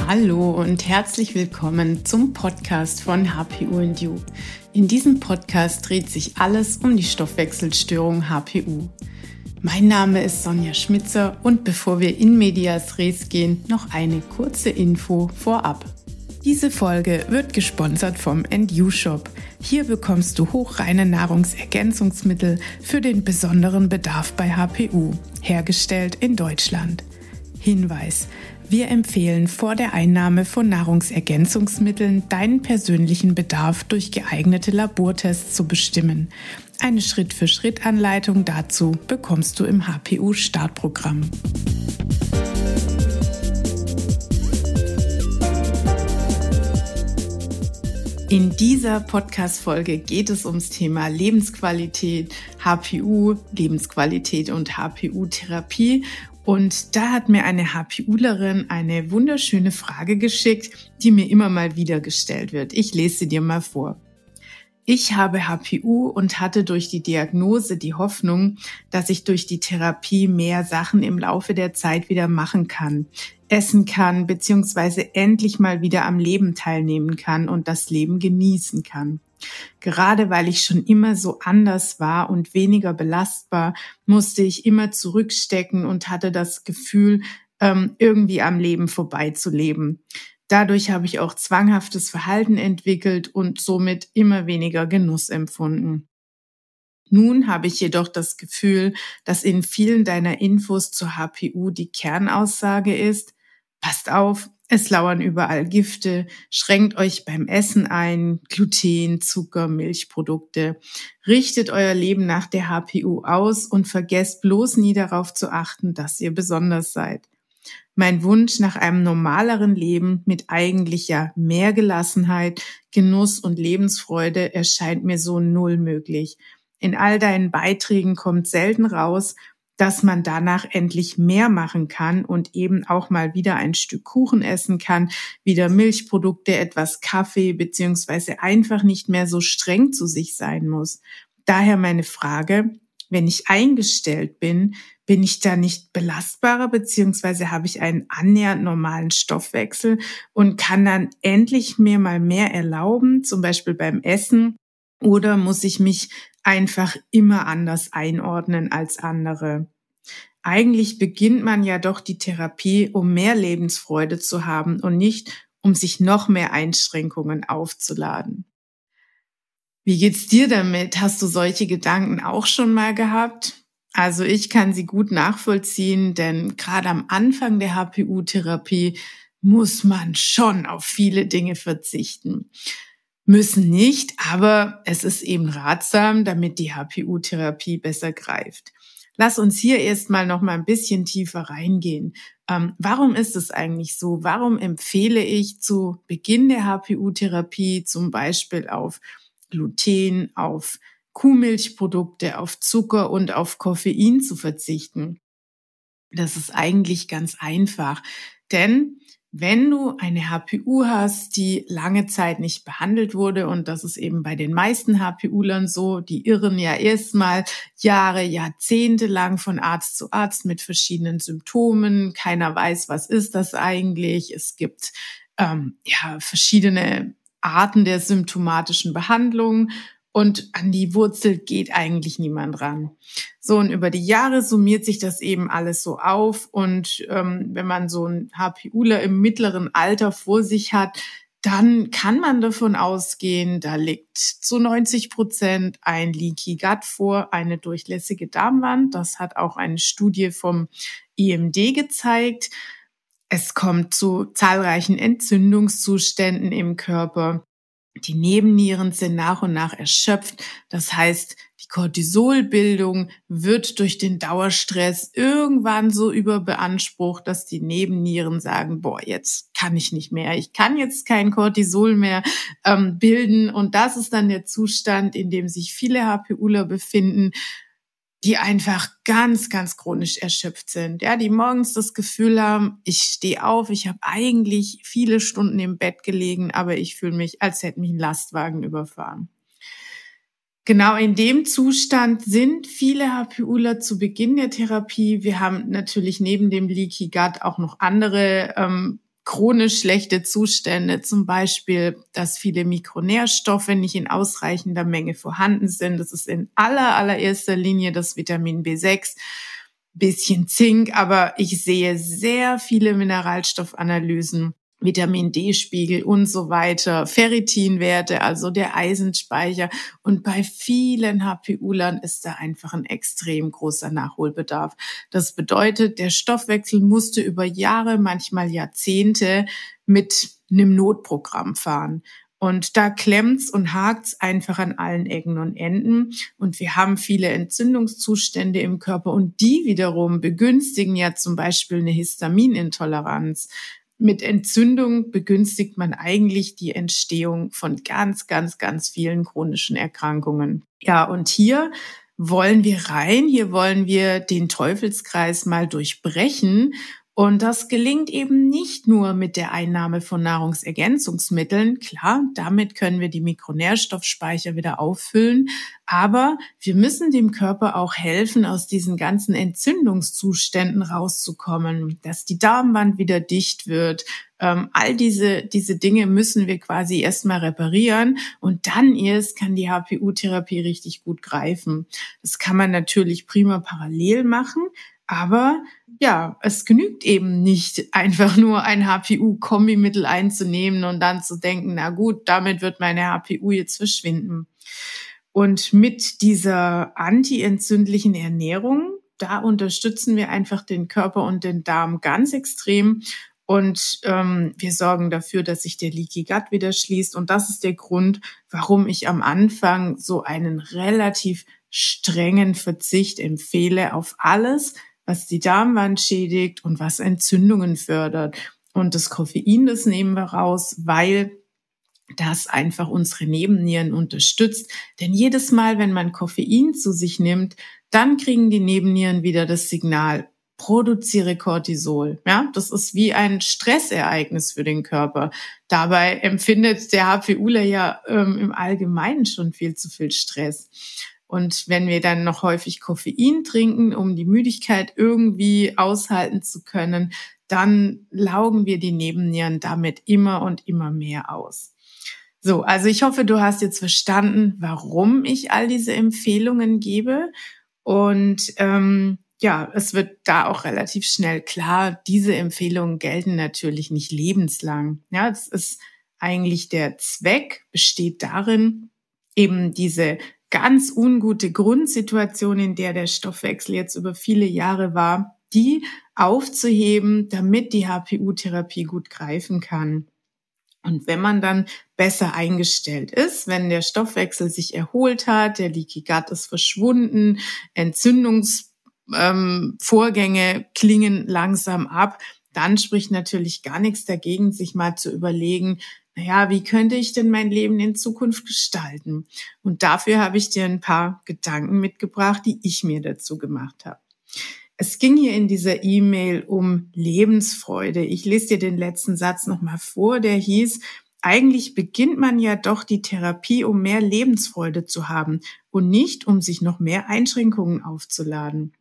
Hallo und herzlich willkommen zum Podcast von HPU&You. In diesem Podcast dreht sich alles um die Stoffwechselstörung HPU. Mein Name ist Sonja Schmitzer und bevor wir in medias res gehen, noch eine kurze Info vorab. Diese Folge wird gesponsert vom &You Shop. Hier bekommst du hochreine Nahrungsergänzungsmittel für den besonderen Bedarf bei HPU, hergestellt in Deutschland. Hinweis: Wir empfehlen vor der Einnahme von Nahrungsergänzungsmitteln deinen persönlichen Bedarf durch geeignete Labortests zu bestimmen. Eine Schritt-für-Schritt-Anleitung dazu bekommst du im HPU-Startprogramm. In dieser Podcast-Folge geht es ums Thema Lebensqualität, HPU, Lebensqualität und HPU-Therapie. Und da hat mir eine HPUlerin eine wunderschöne Frage geschickt, die mir immer mal wieder gestellt wird. Ich lese sie dir mal vor. Ich habe HPU und hatte durch die Diagnose die Hoffnung, dass ich durch die Therapie mehr Sachen im Laufe der Zeit wieder machen kann, essen kann, beziehungsweise endlich mal wieder am Leben teilnehmen kann und das Leben genießen kann. Gerade weil ich schon immer so anders war und weniger belastbar, musste ich immer zurückstecken und hatte das Gefühl, irgendwie am Leben vorbeizuleben. Dadurch habe ich auch zwanghaftes Verhalten entwickelt und somit immer weniger Genuss empfunden. Nun habe ich jedoch das Gefühl, dass in vielen deiner Infos zur HPU die Kernaussage ist: Passt auf, es lauern überall Gifte, schränkt euch beim Essen ein, Gluten, Zucker, Milchprodukte. Richtet euer Leben nach der HPU aus und vergesst bloß nie darauf zu achten, dass ihr besonders seid. Mein Wunsch nach einem normaleren Leben mit eigentlich ja mehr Gelassenheit, Genuss und Lebensfreude erscheint mir so null möglich. In all deinen Beiträgen kommt selten raus, dass man danach endlich mehr machen kann und eben auch mal wieder ein Stück Kuchen essen kann, wieder Milchprodukte, etwas Kaffee, beziehungsweise einfach nicht mehr so streng zu sich sein muss. Daher meine Frage: Wenn ich eingestellt bin, bin ich da nicht belastbarer, beziehungsweise habe ich einen annähernd normalen Stoffwechsel und kann dann endlich mir mal mehr erlauben, zum Beispiel beim Essen, oder muss ich mich einfach immer anders einordnen als andere? Eigentlich beginnt man ja doch die Therapie, um mehr Lebensfreude zu haben und nicht, um sich noch mehr Einschränkungen aufzuladen. Wie geht's dir damit? Hast du solche Gedanken auch schon mal gehabt? Also ich kann sie gut nachvollziehen, denn gerade am Anfang der HPU-Therapie muss man schon auf viele Dinge verzichten. Müssen nicht, aber es ist eben ratsam, damit die HPU-Therapie besser greift. Lass uns hier erstmal noch mal ein bisschen tiefer reingehen. Warum ist es eigentlich so? Warum empfehle ich zu Beginn der HPU-Therapie zum Beispiel auf Gluten, auf Kuhmilchprodukte, auf Zucker und auf Koffein zu verzichten? Das ist eigentlich ganz einfach, denn wenn du eine HPU hast, die lange Zeit nicht behandelt wurde, und das ist eben bei den meisten HPUlern so, die irren ja erstmal Jahre, Jahrzehnte lang von Arzt zu Arzt mit verschiedenen Symptomen. Keiner weiß, was ist das eigentlich. Es gibt verschiedene Arten der symptomatischen Behandlung und an die Wurzel geht eigentlich niemand ran. So, und über die Jahre summiert sich das eben alles so auf und wenn man so einen HPUler im mittleren Alter vor sich hat, dann kann man davon ausgehen, da liegt zu 90% ein Leaky Gut vor, eine durchlässige Darmwand. Das hat auch eine Studie vom IMD gezeigt. Es kommt zu zahlreichen Entzündungszuständen im Körper. Die Nebennieren sind nach und nach erschöpft. Das heißt, die Cortisolbildung wird durch den Dauerstress irgendwann so überbeansprucht, dass die Nebennieren sagen, jetzt kann ich nicht mehr. Ich kann jetzt kein Cortisol mehr bilden. Und das ist dann der Zustand, in dem sich viele HPUler befinden, die einfach ganz, ganz chronisch erschöpft sind. Ja, die morgens das Gefühl haben, ich stehe auf, ich habe eigentlich viele Stunden im Bett gelegen, aber ich fühle mich, als hätte mich ein Lastwagen überfahren. Genau in dem Zustand sind viele HPUler zu Beginn der Therapie. Wir haben natürlich neben dem Leaky Gut auch noch andere chronisch schlechte Zustände, zum Beispiel, dass viele Mikronährstoffe nicht in ausreichender Menge vorhanden sind. Das ist in allererster Linie das Vitamin B6, bisschen Zink, aber ich sehe sehr viele Mineralstoffanalysen, Vitamin D-Spiegel und so weiter, Ferritinwerte, also der Eisenspeicher. Und bei vielen HPUlern ist da einfach ein extrem großer Nachholbedarf. Das bedeutet, der Stoffwechsel musste über Jahre, manchmal Jahrzehnte mit einem Notprogramm fahren. Und da klemmt's und hakt's einfach an allen Ecken und Enden. Und wir haben viele Entzündungszustände im Körper und die wiederum begünstigen ja zum Beispiel eine Histaminintoleranz. Mit Entzündung begünstigt man eigentlich die Entstehung von ganz vielen chronischen Erkrankungen. Ja, und hier wollen wir rein, hier wollen wir den Teufelskreis mal durchbrechen. Und das gelingt eben nicht nur mit der Einnahme von Nahrungsergänzungsmitteln. Klar, damit können wir die Mikronährstoffspeicher wieder auffüllen. Aber wir müssen dem Körper auch helfen, aus diesen ganzen Entzündungszuständen rauszukommen, dass die Darmwand wieder dicht wird. All diese Dinge müssen wir quasi erstmal reparieren und dann erst kann die HPU-Therapie richtig gut greifen. Das kann man natürlich prima parallel machen, aber ja, es genügt eben nicht, einfach nur ein HPU-Kombimittel einzunehmen und dann zu denken, na gut, damit wird meine HPU jetzt verschwinden. Und mit dieser antientzündlichen Ernährung, da unterstützen wir einfach den Körper und den Darm ganz extrem. Und wir sorgen dafür, dass sich der Leaky Gut wieder schließt. Und das ist der Grund, warum ich am Anfang so einen relativ strengen Verzicht empfehle auf alles, was die Darmwand schädigt und was Entzündungen fördert. Und das Koffein, das nehmen wir raus, weil das einfach unsere Nebennieren unterstützt. Denn jedes Mal, wenn man Koffein zu sich nimmt, dann kriegen die Nebennieren wieder das Signal, produziere Cortisol. Ja, das ist wie ein Stressereignis für den Körper. Dabei empfindet der HPUler ja im Allgemeinen schon viel zu viel Stress. Und wenn wir dann noch häufig Koffein trinken, um die Müdigkeit irgendwie aushalten zu können, dann laugen wir die Nebennieren damit immer und immer mehr aus. So, also ich hoffe, du hast jetzt verstanden, warum ich all diese Empfehlungen gebe. Und ja, es wird da auch relativ schnell klar, diese Empfehlungen gelten natürlich nicht lebenslang. Ja, das ist eigentlich der Zweck, besteht darin, eben diese ganz ungute Grundsituation, in der der Stoffwechsel jetzt über viele Jahre war, die aufzuheben, damit die HPU-Therapie gut greifen kann. Und wenn man dann besser eingestellt ist, wenn der Stoffwechsel sich erholt hat, der Leaky Gut ist verschwunden, Entzündungsvorgänge klingen langsam ab, dann spricht natürlich gar nichts dagegen, sich mal zu überlegen, naja, wie könnte ich denn mein Leben in Zukunft gestalten? Und dafür habe ich dir ein paar Gedanken mitgebracht, die ich mir dazu gemacht habe. Es ging hier in dieser E-Mail um Lebensfreude. Ich lese dir den letzten Satz nochmal vor, der hieß, eigentlich beginnt man ja doch die Therapie, um mehr Lebensfreude zu haben und nicht, um sich noch mehr Einschränkungen aufzuladen.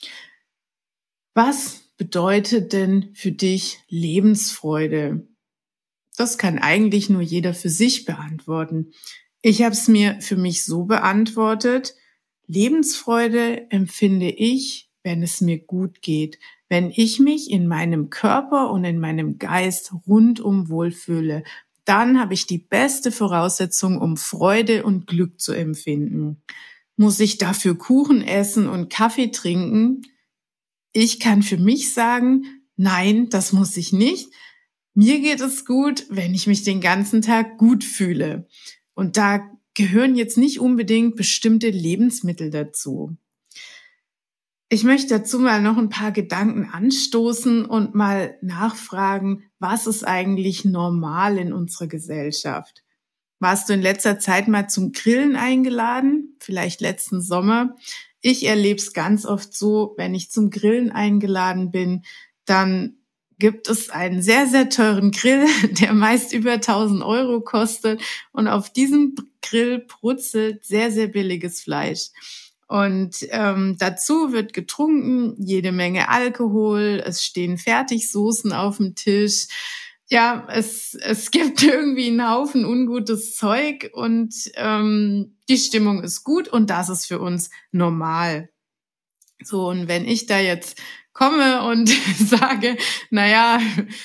Was bedeutet denn für dich Lebensfreude? Das kann eigentlich nur jeder für sich beantworten. Ich habe es mir für mich so beantwortet, Lebensfreude empfinde ich, wenn es mir gut geht, wenn ich mich in meinem Körper und in meinem Geist rundum wohlfühle, dann habe ich die beste Voraussetzung, um Freude und Glück zu empfinden. Muss ich dafür Kuchen essen und Kaffee trinken? Ich kann für mich sagen, nein, das muss ich nicht. Mir geht es gut, wenn ich mich den ganzen Tag gut fühle. Und da gehören jetzt nicht unbedingt bestimmte Lebensmittel dazu. Ich möchte dazu mal noch ein paar Gedanken anstoßen und mal nachfragen, was ist eigentlich normal in unserer Gesellschaft? Warst du in letzter Zeit mal zum Grillen eingeladen? Vielleicht letzten Sommer? Ich erlebe es ganz oft so, wenn ich zum Grillen eingeladen bin, dann gibt es einen sehr teuren Grill, der meist über 1.000 Euro kostet. Und auf diesem Grill brutzelt sehr billiges Fleisch. Und dazu wird getrunken, jede Menge Alkohol, es stehen Fertigsoßen auf dem Tisch. Ja, es gibt irgendwie einen Haufen ungutes Zeug und die Stimmung ist gut und das ist für uns normal. So, und wenn ich da jetzt komme und sage, na ja,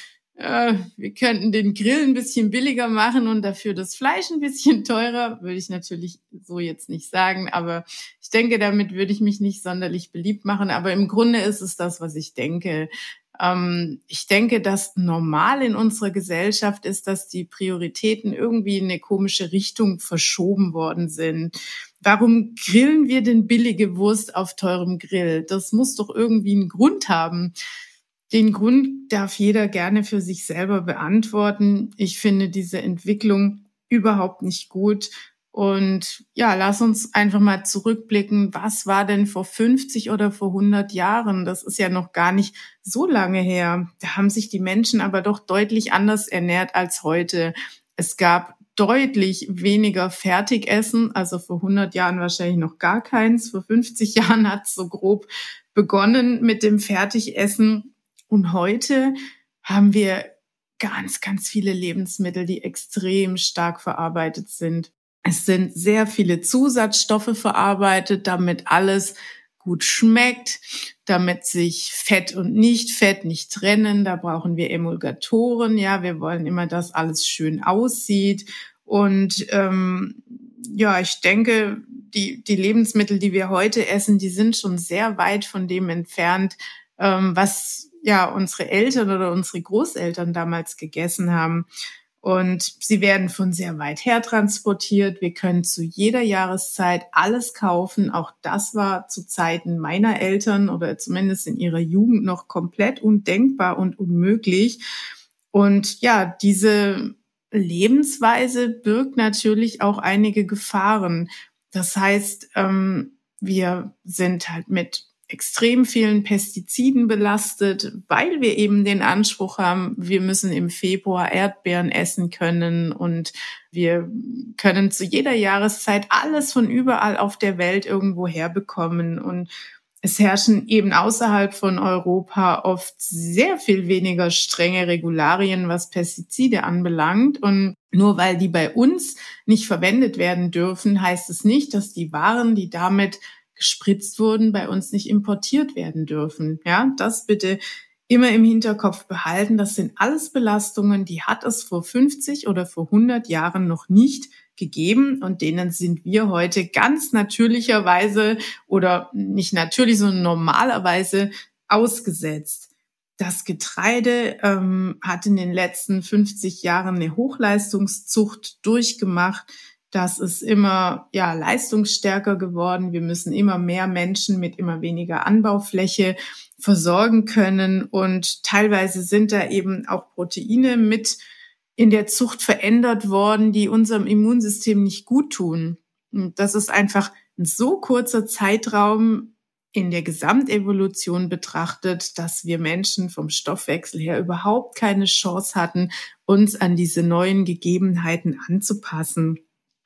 wir könnten den Grill ein bisschen billiger machen und dafür das Fleisch ein bisschen teurer, würde ich natürlich so jetzt nicht sagen, aber ich denke, damit würde ich mich nicht sonderlich beliebt machen. Aber im Grunde ist es das, was ich denke. Ich denke, dass normal in unserer Gesellschaft ist, dass die Prioritäten irgendwie in eine komische Richtung verschoben worden sind. Warum grillen wir denn billige Wurst auf teurem Grill? Das muss doch irgendwie einen Grund haben. Den Grund darf jeder gerne für sich selber beantworten. Ich finde diese Entwicklung überhaupt nicht gut. Und ja, lass uns einfach mal zurückblicken. Was war denn vor 50 oder vor 100 Jahren? Das ist ja noch gar nicht so lange her. Da haben sich die Menschen aber doch deutlich anders ernährt als heute. Es gab deutlich weniger Fertigessen, also vor 100 Jahren wahrscheinlich noch gar keins. Vor 50 Jahren hat es so grob begonnen mit dem Fertigessen. Und heute haben wir ganz, ganz viele Lebensmittel, die extrem stark verarbeitet sind. Es sind sehr viele Zusatzstoffe verarbeitet, damit alles gut schmeckt, damit sich Fett und Nicht-Fett nicht trennen. Da brauchen wir Emulgatoren. Ja, wir wollen immer, dass alles schön aussieht. Und ja, ich denke, die Lebensmittel, die wir heute essen, die sind schon sehr weit von dem entfernt, was ja unsere Eltern oder unsere Großeltern damals gegessen haben. Und sie werden von sehr weit her transportiert. Wir können zu jeder Jahreszeit alles kaufen. Auch das war zu Zeiten meiner Eltern oder zumindest in ihrer Jugend noch komplett undenkbar und unmöglich. Und ja, diese Lebensweise birgt natürlich auch einige Gefahren. Das heißt, wir sind halt mit extrem vielen Pestiziden belastet, weil wir eben den Anspruch haben, wir müssen im Februar Erdbeeren essen können und wir können zu jeder Jahreszeit alles von überall auf der Welt irgendwo herbekommen. Und es herrschen eben außerhalb von Europa oft sehr viel weniger strenge Regularien, was Pestizide anbelangt. Und nur weil die bei uns nicht verwendet werden dürfen, heißt es nicht, dass die Waren, die damit gespritzt wurden, bei uns nicht importiert werden dürfen. Ja, das bitte immer im Hinterkopf behalten. Das sind alles Belastungen, die hat es vor 50 oder vor 100 Jahren noch nicht gegeben und denen sind wir heute ganz natürlicherweise oder nicht natürlich, sondern normalerweise ausgesetzt. Das Getreide hat in den letzten 50 Jahren eine Hochleistungszucht durchgemacht. Das ist immer leistungsstärker geworden. Wir müssen immer mehr Menschen mit immer weniger Anbaufläche versorgen können. Und teilweise sind da eben auch Proteine mit in der Zucht verändert worden, die unserem Immunsystem nicht gut tun. Und das ist einfach ein so kurzer Zeitraum in der Gesamtevolution betrachtet, dass wir Menschen vom Stoffwechsel her überhaupt keine Chance hatten, uns an diese neuen Gegebenheiten anzupassen.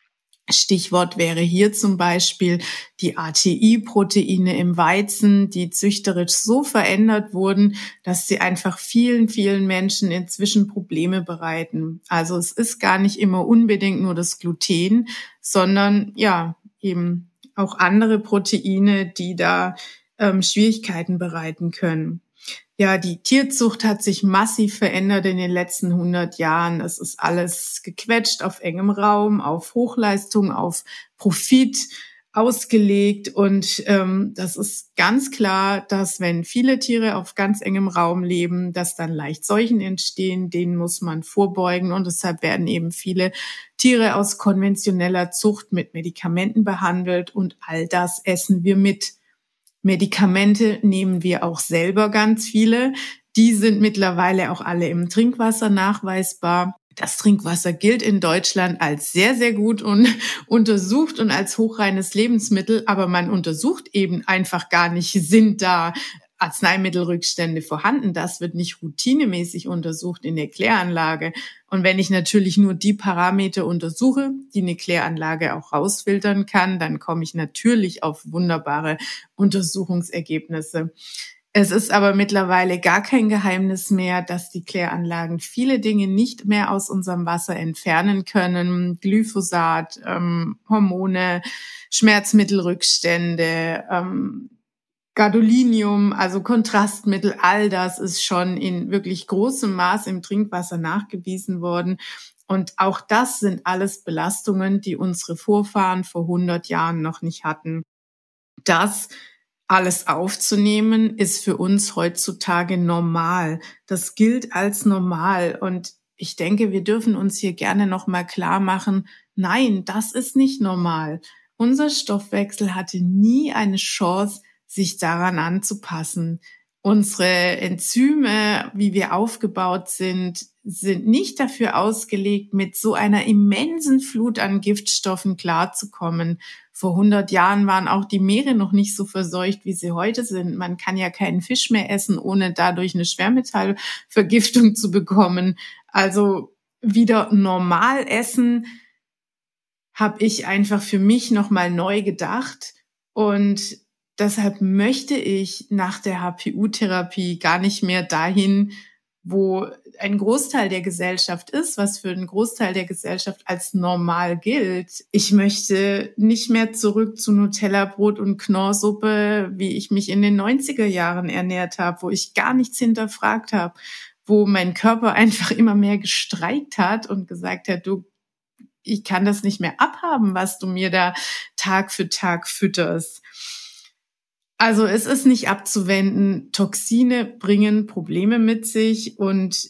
Stichwort wäre hier zum Beispiel die ATI-Proteine im Weizen, die züchterisch so verändert wurden, dass sie einfach vielen, vielen Menschen inzwischen Probleme bereiten. Also es ist gar nicht immer unbedingt nur das Gluten, sondern ja eben auch andere Proteine, die da Schwierigkeiten bereiten können. Ja, die Tierzucht hat sich massiv verändert in den letzten 100 Jahren. Es ist alles gequetscht auf engem Raum, auf Hochleistung, auf Profit ausgelegt. Und das ist ganz klar, dass wenn viele Tiere auf ganz engem Raum leben, dass dann leicht Seuchen entstehen. Denen muss man vorbeugen. Und deshalb werden eben viele Tiere aus konventioneller Zucht mit Medikamenten behandelt. Und all das essen wir mit. Medikamente nehmen wir auch selber ganz viele. Die sind mittlerweile auch alle im Trinkwasser nachweisbar. Das Trinkwasser gilt in Deutschland als sehr, sehr gut und untersucht und als hochreines Lebensmittel. Aber man untersucht eben einfach gar nicht, sind da Arzneimittelrückstände vorhanden. Das wird nicht routinemäßig untersucht in der Kläranlage. Und wenn ich natürlich nur die Parameter untersuche, die eine Kläranlage auch rausfiltern kann, dann komme ich natürlich auf wunderbare Untersuchungsergebnisse. Es ist aber mittlerweile gar kein Geheimnis mehr, dass die Kläranlagen viele Dinge nicht mehr aus unserem Wasser entfernen können. Glyphosat, Hormone, Schmerzmittelrückstände, Gadolinium, also Kontrastmittel, all das ist schon in wirklich großem Maß im Trinkwasser nachgewiesen worden. Und auch das sind alles Belastungen, die unsere Vorfahren vor 100 Jahren noch nicht hatten. Das alles aufzunehmen, ist für uns heutzutage normal. Das gilt als normal. Und ich denke, wir dürfen uns hier gerne nochmal klar machen, nein, das ist nicht normal. Unser Stoffwechsel hatte nie eine Chance, sich daran anzupassen. Unsere Enzyme, wie wir aufgebaut sind nicht dafür ausgelegt, mit so einer immensen Flut an Giftstoffen klarzukommen. Vor 100 Jahren waren auch die Meere noch nicht so verseucht, wie sie heute sind. Man kann ja keinen Fisch mehr essen, ohne dadurch eine Schwermetallvergiftung zu bekommen. Also wieder normal essen, habe ich einfach für mich nochmal neu gedacht. Und deshalb möchte ich nach der HPU-Therapie gar nicht mehr dahin, wo ein Großteil der Gesellschaft ist, was für einen Großteil der Gesellschaft als normal gilt. Ich möchte nicht mehr zurück zu Nutella-Brot und Knorrsuppe, wie ich mich in den 90er Jahren ernährt habe, wo ich gar nichts hinterfragt habe, wo mein Körper einfach immer mehr gestreikt hat und gesagt hat, du, ich kann das nicht mehr abhaben, was du mir da Tag für Tag fütterst. Also es ist nicht abzuwenden. Toxine bringen Probleme mit sich und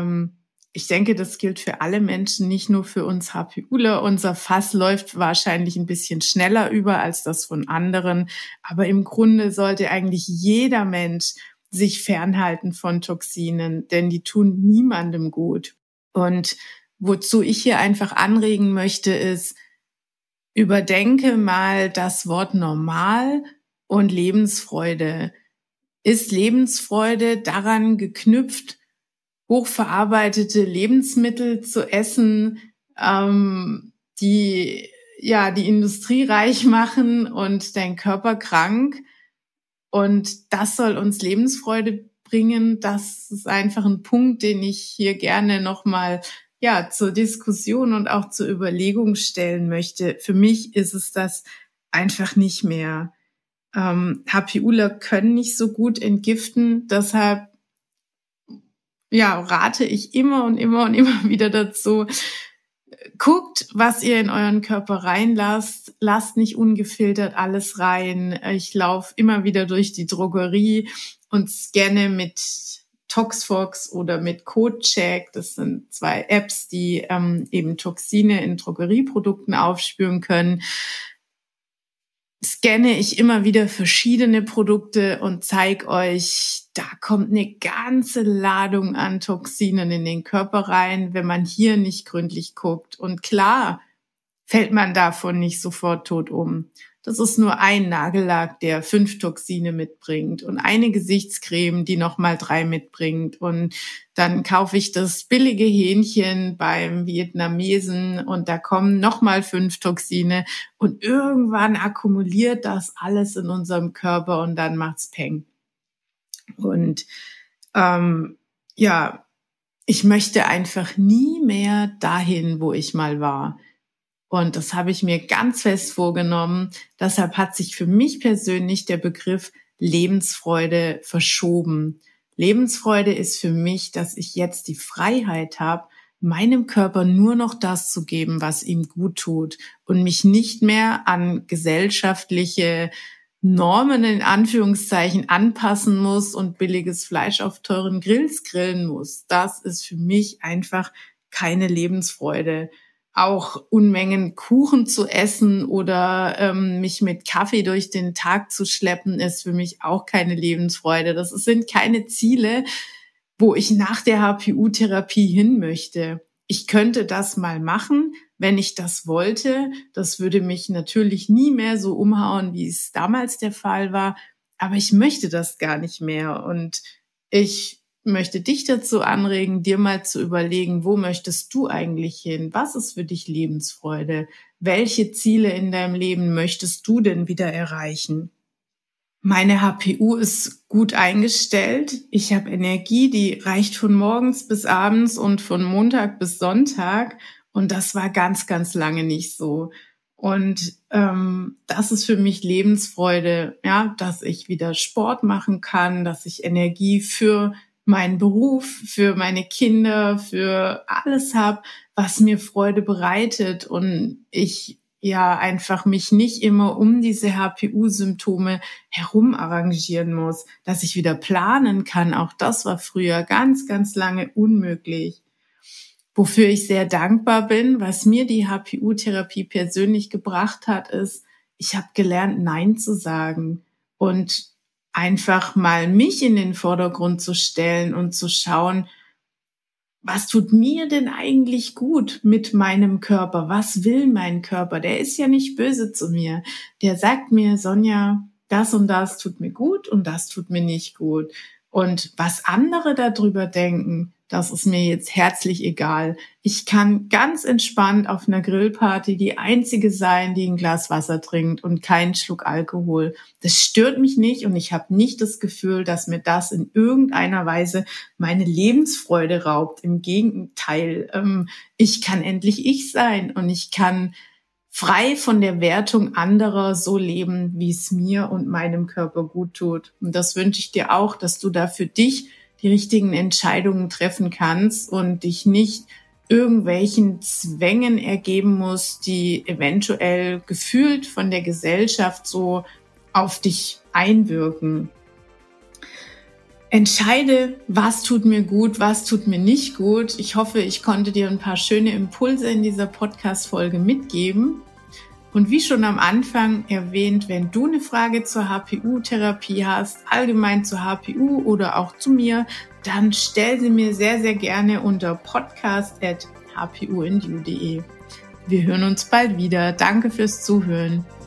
ich denke, das gilt für alle Menschen, nicht nur für uns HPUler. Unser Fass läuft wahrscheinlich ein bisschen schneller über als das von anderen, aber im Grunde sollte eigentlich jeder Mensch sich fernhalten von Toxinen, denn die tun niemandem gut. Und wozu ich hier einfach anregen möchte, ist, überdenke mal das Wort normal und Lebensfreude. Ist Lebensfreude daran geknüpft, hochverarbeitete Lebensmittel zu essen, die die Industrie reich machen und dein Körper krank? Und das soll uns Lebensfreude bringen. Das ist einfach ein Punkt, den ich hier gerne nochmal zur Diskussion und auch zur Überlegung stellen möchte. Für mich ist es das einfach nicht mehr. HPUler können nicht so gut entgiften, deshalb rate ich immer und immer und immer wieder dazu, guckt, was ihr in euren Körper reinlasst. Lasst nicht ungefiltert alles rein. Ich laufe immer wieder durch die Drogerie und scanne mit Toxfox oder mit CodeCheck. Das sind 2 Apps, die eben Toxine in Drogerieprodukten aufspüren können. Scanne ich immer wieder verschiedene Produkte und zeige euch, da kommt eine ganze Ladung an Toxinen in den Körper rein, wenn man hier nicht gründlich guckt. Und klar fällt man davon nicht sofort tot um. Das ist nur ein Nagellack, der 5 Toxine mitbringt und eine Gesichtscreme, die nochmal 3 mitbringt. Und dann kaufe ich das billige Hähnchen beim Vietnamesen und da kommen nochmal 5 Toxine. Und irgendwann akkumuliert das alles in unserem Körper und dann macht's Peng. Und ich möchte einfach nie mehr dahin, wo ich mal war. Und das habe ich mir ganz fest vorgenommen. Deshalb hat sich für mich persönlich der Begriff Lebensfreude verschoben. Lebensfreude ist für mich, dass ich jetzt die Freiheit habe, meinem Körper nur noch das zu geben, was ihm gut tut und mich nicht mehr an gesellschaftliche Normen in Anführungszeichen anpassen muss und billiges Fleisch auf teuren Grills grillen muss. Das ist für mich einfach keine Lebensfreude. Auch Unmengen Kuchen zu essen oder mich mit Kaffee durch den Tag zu schleppen, ist für mich auch keine Lebensfreude. Das sind keine Ziele, wo ich nach der HPU-Therapie hin möchte. Ich könnte das mal machen, wenn ich das wollte. Das würde mich natürlich nie mehr so umhauen, wie es damals der Fall war. Aber ich möchte das gar nicht mehr. Und ich möchte dich dazu anregen, dir mal zu überlegen, wo möchtest du eigentlich hin? Was ist für dich Lebensfreude? Welche Ziele in deinem Leben möchtest du denn wieder erreichen? Meine HPU ist gut eingestellt. Ich habe Energie, die reicht von morgens bis abends und von Montag bis Sonntag. Und das war ganz, ganz lange nicht so. Und das ist für mich Lebensfreude, ja, dass ich wieder Sport machen kann, dass ich Energie für meinen Beruf, für meine Kinder, für alles habe, was mir Freude bereitet und ich einfach mich nicht immer um diese HPU-Symptome herum arrangieren muss, dass ich wieder planen kann. Auch das war früher ganz, ganz lange unmöglich. Wofür ich sehr dankbar bin, was mir die HPU-Therapie persönlich gebracht hat, ist, ich habe gelernt, Nein zu sagen und einfach mal mich in den Vordergrund zu stellen und zu schauen, was tut mir denn eigentlich gut mit meinem Körper? Was will mein Körper? Der ist ja nicht böse zu mir. Der sagt mir, Sonja, das und das tut mir gut und das tut mir nicht gut. Und was andere darüber denken, das ist mir jetzt herzlich egal. Ich kann ganz entspannt auf einer Grillparty die Einzige sein, die ein Glas Wasser trinkt und keinen Schluck Alkohol. Das stört mich nicht und ich habe nicht das Gefühl, dass mir das in irgendeiner Weise meine Lebensfreude raubt. Im Gegenteil, ich kann endlich ich sein und ich kann frei von der Wertung anderer so leben, wie es mir und meinem Körper gut tut. Und das wünsche ich dir auch, dass du da für dich die richtigen Entscheidungen treffen kannst und dich nicht irgendwelchen Zwängen ergeben musst, die eventuell gefühlt von der Gesellschaft so auf dich einwirken. Entscheide, was tut mir gut, was tut mir nicht gut. Ich hoffe, ich konnte dir ein paar schöne Impulse in dieser Podcast-Folge mitgeben. Und wie schon am Anfang erwähnt, wenn du eine Frage zur HPU-Therapie hast, allgemein zur HPU oder auch zu mir, dann stell sie mir sehr, sehr gerne unter podcast@hpuindyou.de. Wir hören uns bald wieder. Danke fürs Zuhören.